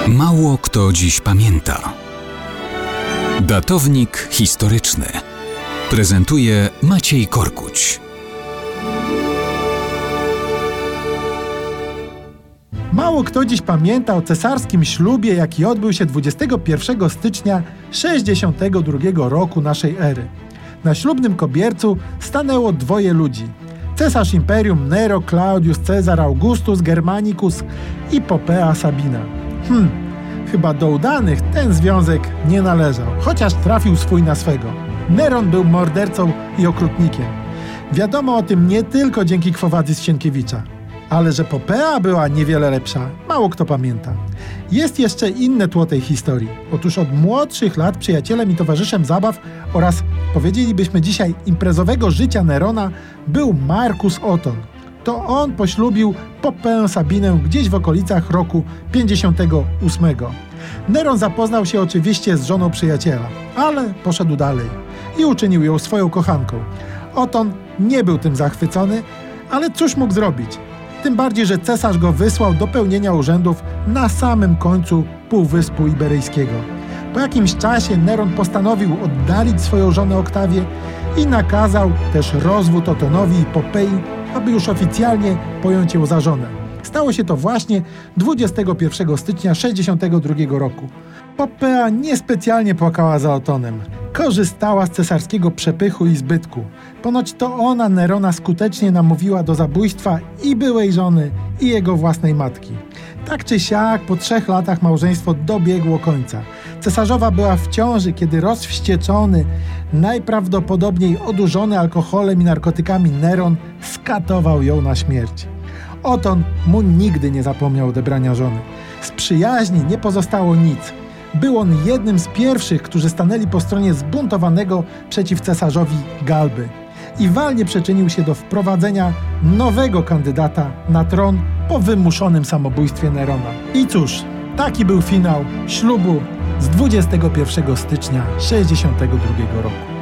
Mało kto dziś pamięta. Datownik historyczny prezentuje Maciej Korkuć. Mało kto dziś pamięta o cesarskim ślubie, jaki odbył się 21 stycznia 62 roku naszej ery. Na ślubnym kobiercu stanęło dwoje ludzi. Cesarz imperium Nero Claudius Cezar Augustus Germanicus i Popea Sabina. Chyba do udanych ten związek nie należał, chociaż trafił swój na swego. Neron był mordercą i okrutnikiem. Wiadomo o tym nie tylko dzięki Quo Vadis Sienkiewicza, ale że Popea była niewiele lepsza, mało kto pamięta. Jest jeszcze inne tło tej historii. Otóż od młodszych lat przyjacielem i towarzyszem zabaw oraz, powiedzielibyśmy dzisiaj, imprezowego życia Nerona był Marcus Oton. To on poślubił Popeę Sabinę gdzieś w okolicach roku 58. Neron zapoznał się oczywiście z żoną przyjaciela, ale poszedł dalej i uczynił ją swoją kochanką. Oton nie był tym zachwycony, ale cóż mógł zrobić? Tym bardziej, że cesarz go wysłał do pełnienia urzędów na samym końcu Półwyspu Iberyjskiego. Po jakimś czasie Neron postanowił oddalić swoją żonę Oktawię i nakazał też rozwód Otonowi i Popei, aby już oficjalnie pojąć ją za żonę. Stało się to właśnie 21 stycznia 62 roku. Popea niespecjalnie płakała za Otonem. Korzystała z cesarskiego przepychu i zbytku. Ponoć to ona Nerona skutecznie namówiła do zabójstwa i byłej żony, i jego własnej matki. Tak czy siak, po 3 latach małżeństwo dobiegło końca. Cesarzowa była w ciąży, kiedy rozwścieczony, najprawdopodobniej odurzony alkoholem i narkotykami Neron skatował ją na śmierć. Oton mu nigdy nie zapomniał odebrania żony. Z przyjaźni nie pozostało nic. Był on jednym z pierwszych, którzy stanęli po stronie zbuntowanego przeciw cesarzowi Galby i walnie przyczynił się do wprowadzenia nowego kandydata na tron po wymuszonym samobójstwie Nerona. I cóż, taki był finał ślubu z 21 stycznia 62 roku.